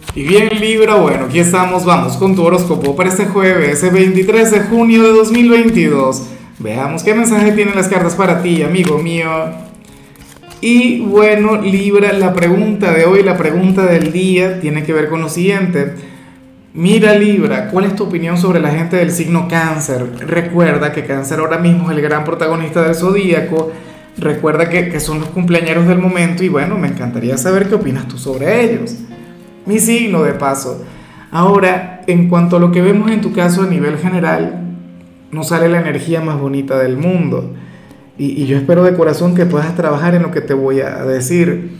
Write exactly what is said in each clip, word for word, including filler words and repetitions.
Y bien Libra, bueno, aquí estamos, vamos con tu horóscopo para este jueves, veintitrés de junio de dos mil veintidós. Veamos qué mensaje tienen las cartas para ti, amigo mío. Y bueno, Libra, la pregunta de hoy, la pregunta del día, tiene que ver con lo siguiente. Mira Libra, ¿cuál es tu opinión sobre la gente del signo Cáncer? Recuerda que Cáncer ahora mismo es el gran protagonista del zodíaco. Recuerda que, que son los cumpleañeros del momento y bueno, me encantaría saber qué opinas tú sobre ellos. Mi signo de paso. Ahora, en cuanto a lo que vemos en tu caso a nivel general, nos sale la energía más bonita del mundo. Y, y yo espero de corazón que puedas trabajar en lo que te voy a decir.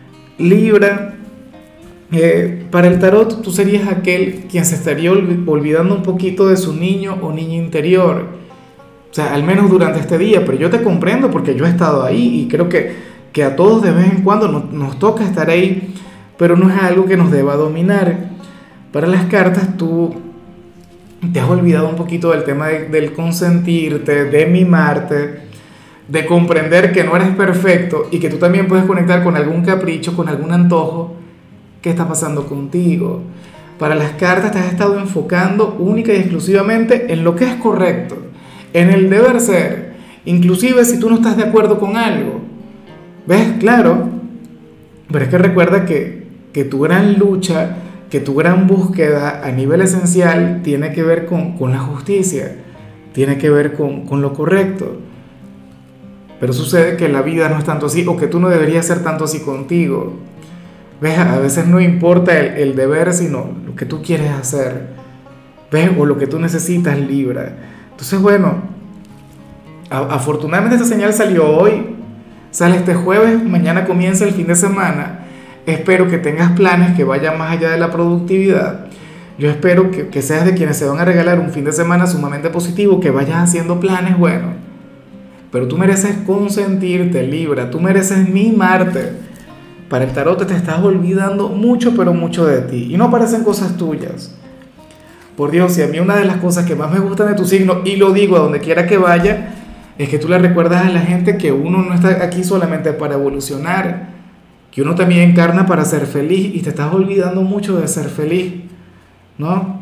Libra, eh, para el tarot tú serías aquel quien se estaría olvi- olvidando un poquito de su niño o niña interior. O sea, al menos durante este día, pero yo te comprendo porque yo he estado ahí y creo que, que a todos de vez en cuando nos, nos toca estar ahí, pero no es algo que nos deba dominar. Para las cartas tú te has olvidado un poquito del tema de- del consentirte, de mimarte, de comprender que no eres perfecto y que tú también puedes conectar con algún capricho, con algún antojo que está pasando contigo. Para las cartas te has estado enfocando única y exclusivamente en lo que es correcto, en el deber ser, inclusive si tú no estás de acuerdo con algo. ¿Ves? Claro, pero es que recuerda que, que tu gran lucha, que tu gran búsqueda a nivel esencial tiene que ver con, con la justicia, tiene que ver con, con lo correcto. Pero sucede que la vida no es tanto así, o que tú no deberías ser tanto así contigo. ¿Ves? A veces no importa el, el deber, sino lo que tú quieres hacer. ¿Ves? O lo que tú necesitas, Libra. Entonces, bueno, a- afortunadamente esta señal salió hoy, sale este jueves, mañana comienza el fin de semana. Espero que tengas planes que vayan más allá de la productividad. Yo espero que, que seas de quienes se van a regalar un fin de semana sumamente positivo, que vayas haciendo planes buenos. Pero tú mereces consentirte, Libra, tú mereces mimarte. Para el tarot te estás olvidando mucho, pero mucho de ti. Y no parecen cosas tuyas. Por Dios, si a mí una de las cosas que más me gustan de tu signo, y lo digo a donde quiera que vaya, es que tú le recuerdas a la gente que uno no está aquí solamente para evolucionar, que uno también encarna para ser feliz y te estás olvidando mucho de ser feliz, ¿no?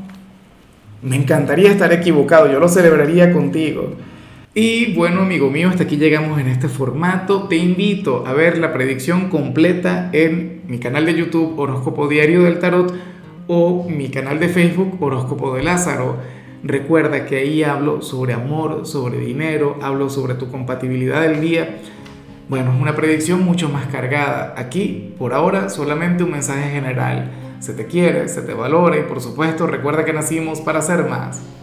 Me encantaría estar equivocado, yo lo celebraría contigo. Y bueno, amigo mío, hasta aquí llegamos en este formato. Te invito a ver la predicción completa en mi canal de YouTube Horóscopo Diario del Tarot o mi canal de Facebook Horóscopo de Lázaro. Recuerda que ahí hablo sobre amor, sobre dinero, hablo sobre tu compatibilidad del día. Bueno, es una predicción mucho más cargada. Aquí, por ahora, solamente un mensaje general. Se te quiere, se te valora y por supuesto, recuerda que nacimos para ser más.